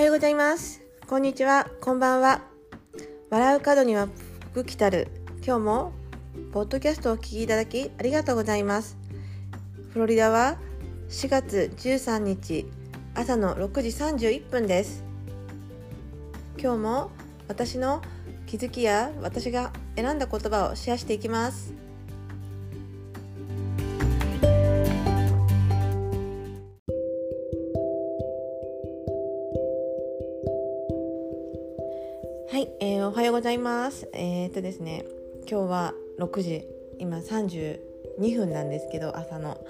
ようございます。こんにちは、こんばんは。笑う角には福来たる。今日もポッドキャストをお聞きいただきありがとうございます。フロリダは4月13日朝の6時31分です。今日も私の気づきや私が選んだ言葉をシェアしていきます。はい、おはようございます。ですね、今日は6時、今32分なんですけど、朝の、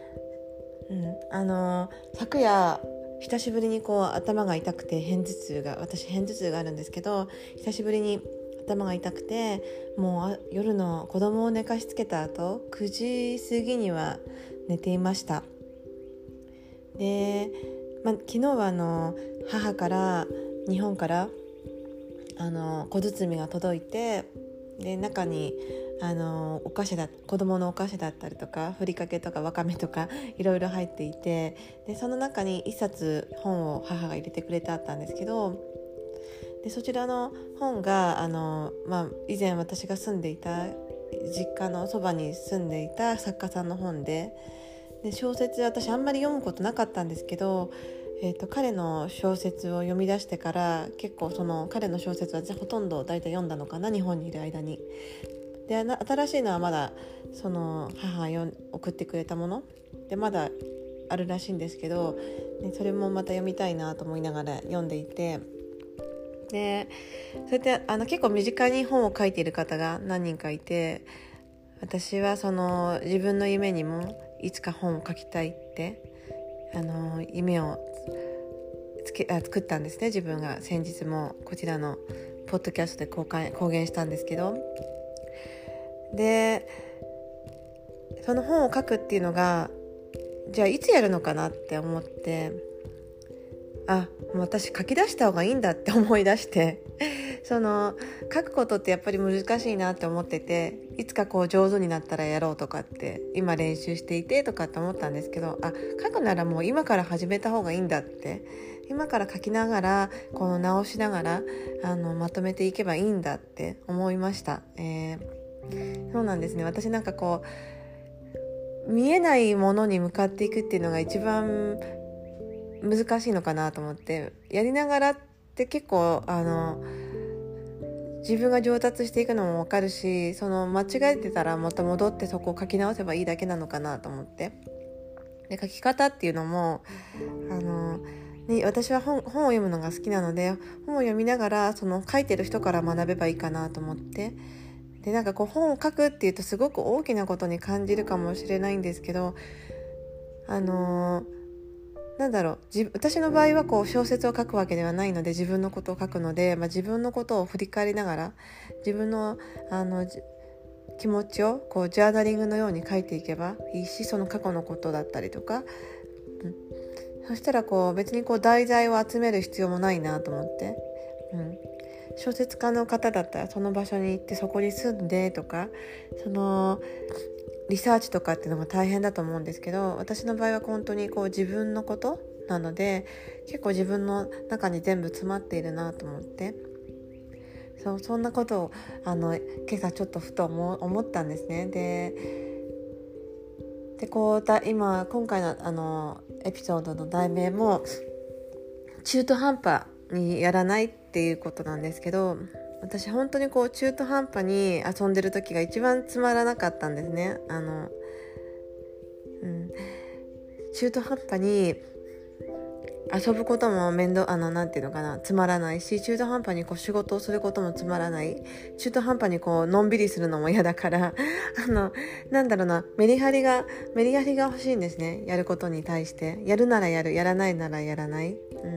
昨夜久しぶりに頭が痛くて私片頭痛があるんですけど、久しぶりに頭が痛くて、もう夜の子供を寝かしつけた後9時過ぎには寝ていました。で、昨日は母から日本から小包が届いて、で中にお菓子子供のお菓子だったりとかふりかけとかわかめとかいろいろ入っていて、でその中に一冊本を母が入れてくれてあったんですけど、でそちらの本が以前私が住んでいた実家のそばに住んでいた作家さんの本で、小説私あんまり読むことなかったんですけど、彼の小説を読み出してから結構彼の小説はほとんど大体読んだのかな、日本にいる間に。で新しいのはまだ母が送ってくれたものでまだあるらしいんですけど、それもまた読みたいなと思いながら読んでいて、でそれで結構身近に本を書いている方が何人かいて、私は自分の夢にもいつか本を書きたいって夢を作ったんですね。自分が先日もこちらのポッドキャストで公言したんですけど、でその本を書くっていうのがじゃあいつやるのかなって思って、もう私書き出した方がいいんだって思い出して書くことってやっぱり難しいなって思ってて、いつか上手になったらやろうとかって今練習していてとかって思ったんですけど、書くならもう今から始めた方がいいんだって、今から書きながら直しながらまとめていけばいいんだって思いました。そうなんですね。私見えないものに向かっていくっていうのが一番難しいのかなと思って、やりながらって結構自分が上達していくのも分かるし、間違えてたらまた戻ってそこを書き直せばいいだけなのかなと思って、で書き方っていうのも私は本を読むのが好きなので、本を読みながら書いてる人から学べばいいかなと思って、で本を書くっていうとすごく大きなことに感じるかもしれないんですけど、私の場合は小説を書くわけではないので、自分のことを書くので、自分のことを振り返りながら自分の気持ちをジャーナリングのように書いていけばいいし、その過去のことだったりとか、そしたら別に題材を集める必要もないなと思って、小説家の方だったらその場所に行ってそこに住んでとかリサーチとかっていうのが大変だと思うんですけど、私の場合は本当に自分のことなので結構自分の中に全部詰まっているなと思って、そんなことを今朝ちょっとふと思ったんですね。で今回のエピソードの題名も中途半端にやらないっていうことなんですけど、私本当に中途半端に遊んでる時が一番つまらなかったんですね。中途半端に遊ぶこともつまらないし、中途半端に仕事をすることもつまらない、中途半端にのんびりするのも嫌だからメリハリが欲しいんですね。やることに対してやるならやる、やらないならやらない、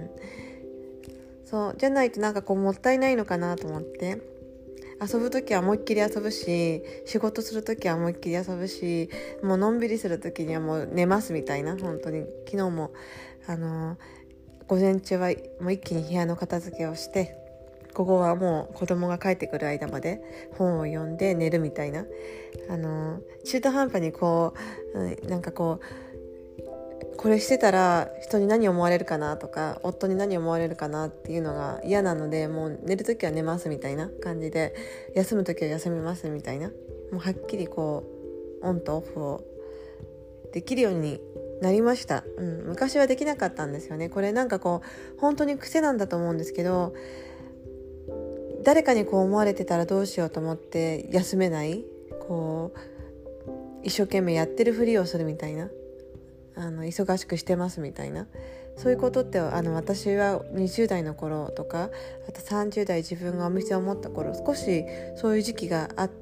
そうじゃないともったいないのかなと思って、遊ぶときは思いっきり遊ぶし、仕事するときは思いっきり遊ぶし、もうのんびりするときにはもう寝ますみたいな。本当に昨日も午前中はもう一気に部屋の片付けをして、午後はもう子供が帰ってくる間まで本を読んで寝るみたいな、中途半端にこれしてたら人に何思われるかなとか夫に何思われるかなっていうのが嫌なので、もう寝るときは寝ますみたいな感じで、休むときは休みますみたいな、もうはっきりこうオンとオフをできるようになりました、昔はできなかったんですよね。これなんかこう本当に癖なんだと思うんですけど、誰かにこう思われてたらどうしようと思って休めない、こう一生懸命やってるふりをするみたいな、忙しくしてますみたいな、そういうことって私は20代の頃とか、あと30代自分がお店を持った頃、少しそういう時期があって、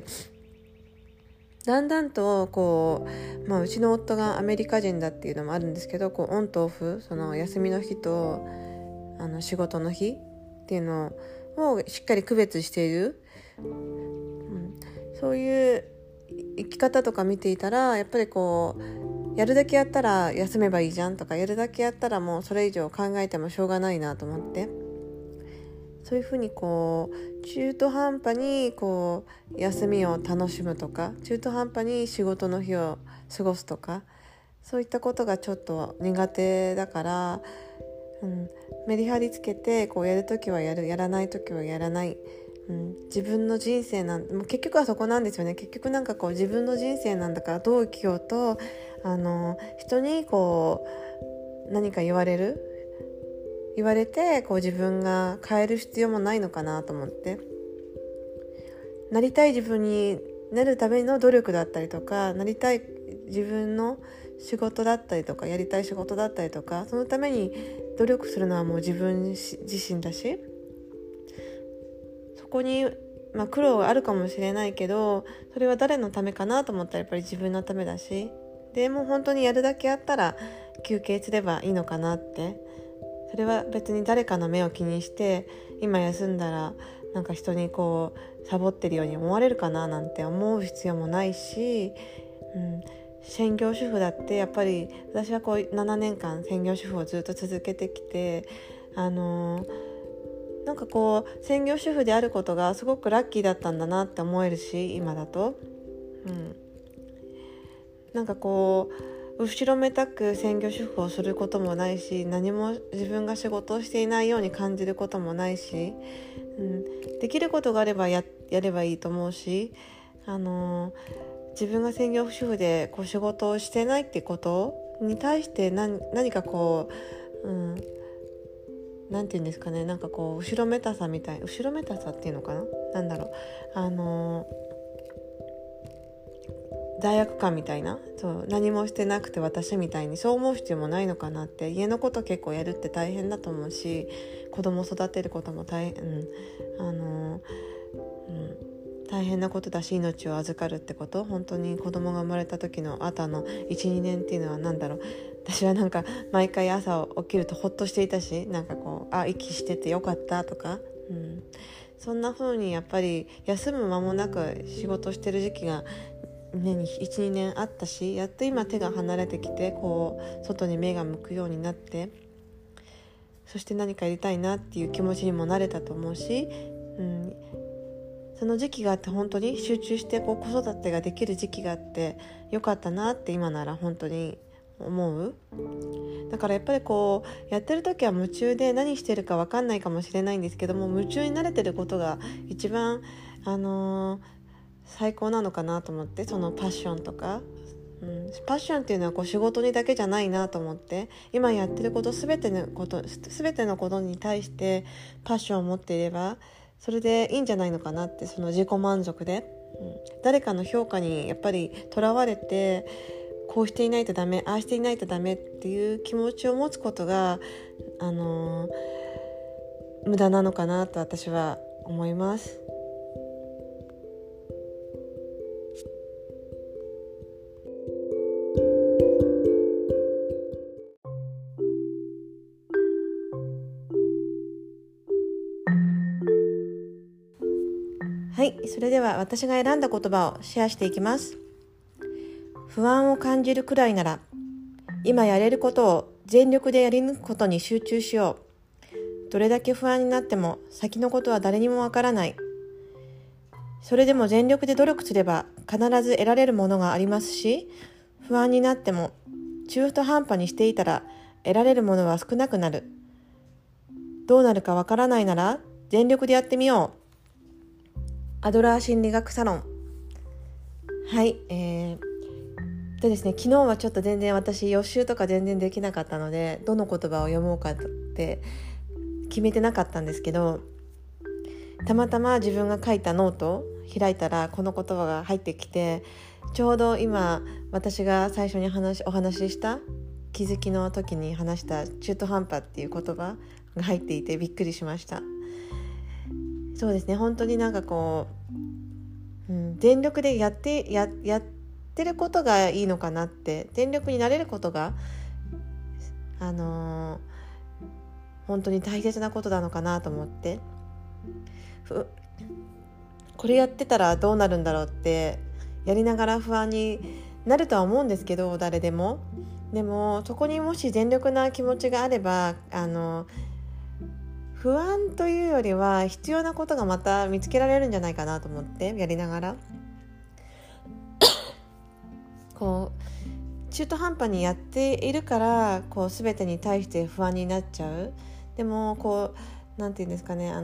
だんだんとこう、うちの夫がアメリカ人だっていうのもあるんですけど、こうオンとオフ、その休みの日と仕事の日っていうのをしっかり区別している、そういう生き方とか見ていたら、やっぱりこうやるだけやったら休めばいいじゃんとか、やるだけやったらもうそれ以上考えてもしょうがないなと思って、そういうふうにこう中途半端にこう休みを楽しむとか、中途半端に仕事の日を過ごすとか、そういったことがちょっと苦手だから、メリハリつけてこうやるときはやる、やらないときはやらない、自分の人生もう結局はそこなんですよね。結局なんかこう自分の人生なんだからどう生きようと人にこう何か言われてこう自分が変える必要もないのかなと思って、なりたい自分になるための努力だったりとか、なりたい自分の仕事だったりとか、やりたい仕事だったりとか、そのために努力するのはもう自分自身だし、そこに苦労があるかもしれないけど、それは誰のためかなと思ったらやっぱり自分のためだし、でもう本当にやるだけやったら休憩すればいいのかなって、それは別に誰かの目を気にして今休んだらなんか人にこうサボってるように思われるかななんて思う必要もないし、専業主婦だってやっぱり私はこう7年間専業主婦をずっと続けてきて、なんかこう専業主婦であることがすごくラッキーだったんだなって思えるし、今だと、なんかこう後ろめたく専業主婦をすることもないし、何も自分が仕事をしていないように感じることもないし、できることがあれば やればいいと思うし、自分が専業主婦でこう仕事をしてないってことに対して何かこう、なんていうんですかね、なんかこう後ろめたさっていうのかな、なんだろう、罪悪感みたいな、そう何もしてなくて私みたいにそう思う必要もないのかなって。家のこと結構やるって大変だと思うし、子供育てることも大変なことだし、命を預かるってこと、本当に子供が生まれた時の後の 1,2 年っていうのはなんだろう、私はなんか毎回朝起きるとほっとしていたし、なんかこう息しててよかったとか、そんな風にやっぱり休む間もなく仕事してる時期が年に 1,2 年あったし、やっと今手が離れてきてこう外に目が向くようになって、そして何かやりたいなっていう気持ちにもなれたと思うし、その時期があって本当に集中してこう子育てができる時期があってよかったなって今なら本当に思う。だからやっぱりこうやってる時は夢中で何してるか分かんないかもしれないんですけども、夢中になれてることが一番最高なのかなと思って、そのパッションとか、パッションっていうのはこう仕事にだけじゃないなと思って、今やってること全てのことに対してパッションを持っていればそれでいいんじゃないのかなって、その自己満足で、誰かの評価にやっぱりとらわれてこうしていないとダメ、ああしていないとダメっていう気持ちを持つことが無駄なのかなと私は思います。はい、それでは私が選んだ言葉をシェアしていきます。不安を感じるくらいなら、今やれることを全力でやり抜くことに集中しよう。どれだけ不安になっても先のことは誰にもわからない。それでも全力で努力すれば必ず得られるものがありますし、不安になっても中途半端にしていたら得られるものは少なくなる。どうなるかわからないなら全力でやってみよう。アドラー心理学サロン。はい、ですね、昨日はちょっと全然私予習とか全然できなかったので、どの言葉を読もうかって決めてなかったんですけど、たまたま自分が書いたノートを開いたらこの言葉が入ってきて、ちょうど今私が最初にお話しした気づきの時に話した中途半端っていう言葉が入っていてびっくりしました。そうですね、本当になんかこう、全力でやってることがいいのかなって、全力になれることが本当に大切なことなのかなと思って、これやってたらどうなるんだろうってやりながら不安になるとは思うんですけど、誰でも。でもそこにもし全力な気持ちがあれば、不安というよりは必要なことがまた見つけられるんじゃないかなと思って、やりながらこう中途半端にやっているからこう全てに対して不安になっちゃう。でもこうなんていうんですかね、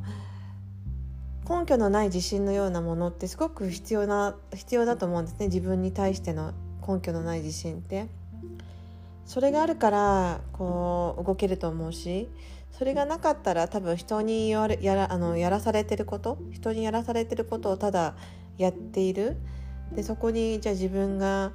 根拠のない自信のようなものってすごく必要だと思うんですね。自分に対しての根拠のない自信って、それがあるからこう動けると思うし、それがなかったら多分人にやらされてることをただやっている。でそこにじゃあ自分が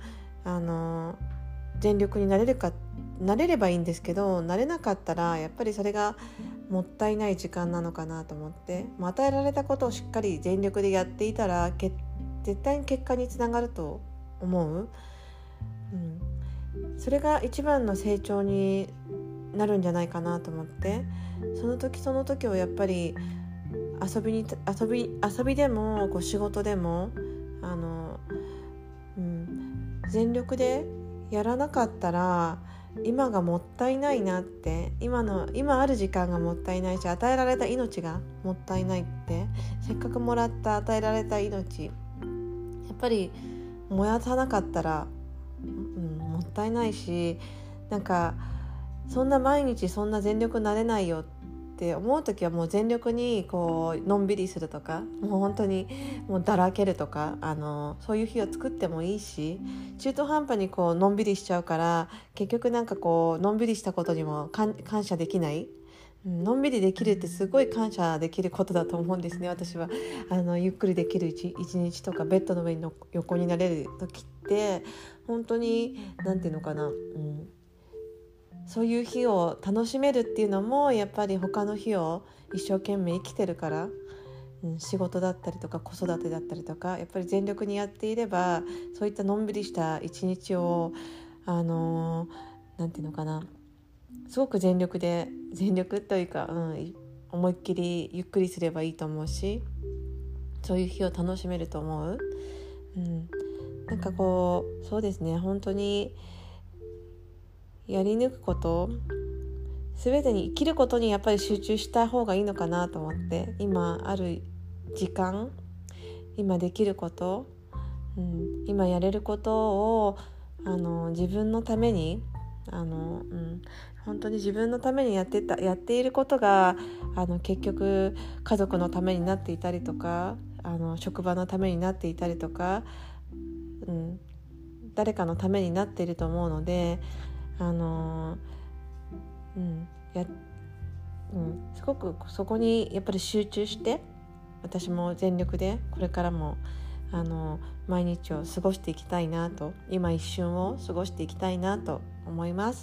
全力になれればいいんですけど、なれなかったらやっぱりそれがもったいない時間なのかなと思って、与えられたことをしっかり全力でやっていたら絶対に結果につながると思う、それが一番の成長になるんじゃないかなと思って、その時をやっぱり遊びでもこう仕事でも全力でやらなかったら今がもったいないなって、今ある時間がもったいないし、与えられた命がもったいないって、せっかくもらった与えられた命やっぱり燃やさなかったら、もったいないし、なんかそんな毎日そんな全力になれないよって思う時はもう全力にこうのんびりするとか、もう本当にもうだらけるとか、そういう日を作ってもいいし、中途半端にこうのんびりしちゃうから結局なんかこうのんびりしたことにも感謝できない。のんびりできるってすごい感謝できることだと思うんですね。私はゆっくりできる一日とかベッドの上の横になれる時って本当になんていうのかな、そういう日を楽しめるっていうのもやっぱり他の日を一生懸命生きてるから、仕事だったりとか子育てだったりとかやっぱり全力にやっていれば、そういったのんびりした一日をなんていうのかな、すごく全力というか、思いっきりゆっくりすればいいと思うし、そういう日を楽しめると思う。なんかこうそうですね、本当にやり抜くこと、全てに生きることにやっぱり集中した方がいいのかなと思って、今ある時間、今できること、今やれることを自分のために本当に自分のためにやっていることが結局家族のためになっていたりとか、職場のためになっていたりとか、誰かのためになっていると思うので、すごくそこにやっぱり集中して、私も全力でこれからも毎日を過ごしていきたいなと、今一瞬を過ごしていきたいなと思います。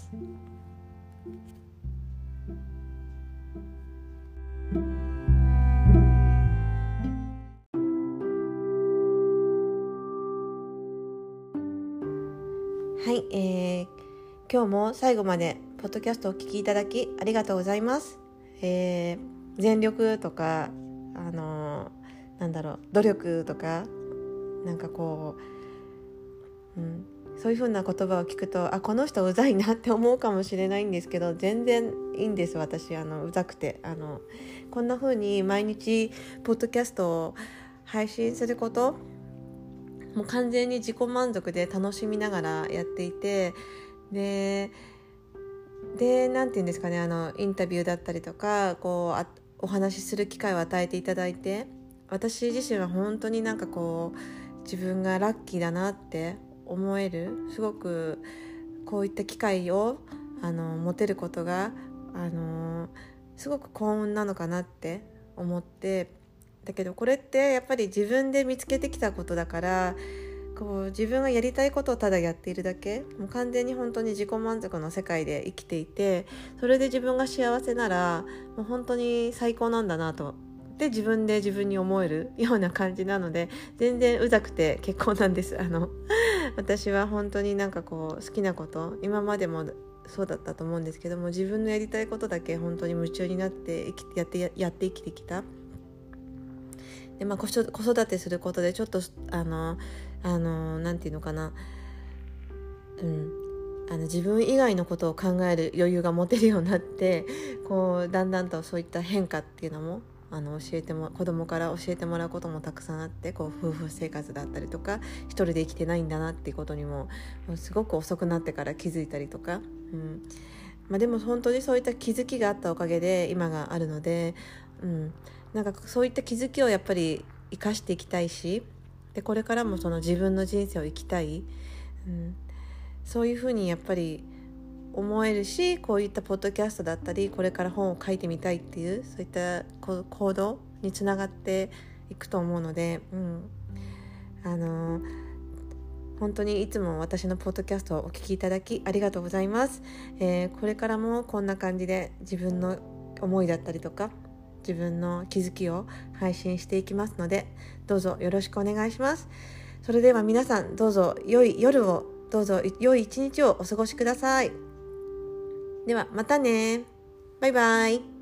はい、今日も最後までポッドキャストをお聞きいただきありがとうございます。全力とか努力とかなんかこう、そういう風な言葉を聞くとこの人うざいなって思うかもしれないんですけど、全然いいんです。私うざくてこんな風に毎日ポッドキャストを配信すること、もう完全に自己満足で楽しみながらやっていて、 でなんていうんですかね、インタビューだったりとかお話しする機会を与えていただいて、私自身は本当に自分がラッキーだなって思える、すごくこういった機会を持てることがすごく幸運なのかなって思って、だけどこれってやっぱり自分で見つけてきたことだから、自分がやりたいことをただやっているだけ、もう完全に本当に自己満足の世界で生きていて、それで自分が幸せならもう本当に最高なんだなとで自分で自分に思えるような感じなので、全然うざくて結構なんです。私は本当に好きなこと、今までもそうだったと思うんですけども、自分のやりたいことだけ本当に夢中になってやって生きてきた。で、子育てすることでちょっとなんていうのかな、自分以外のことを考える余裕が持てるようになって、だんだんとそういった変化っていうのも子供から教えてもらうこともたくさんあって、夫婦生活だったりとか一人で生きてないんだなっていうことにもすごく遅くなってから気づいたりとか、でも本当にそういった気づきがあったおかげで今があるので、そういった気づきをやっぱり生かしていきたいし、でこれからもその自分の人生を生きたい、そういうふうにやっぱり思えるし、こういったポッドキャストだったりこれから本を書いてみたいっていうそういった行動につながっていくと思うので、本当にいつも私のポッドキャストをお聞きいただきありがとうございます。これからもこんな感じで自分の思いだったりとか自分の気づきを配信していきますので、どうぞよろしくお願いします。それでは皆さん、どうぞ良い夜を、どうぞ良い一日をお過ごしください。ではまたね。バイバイ。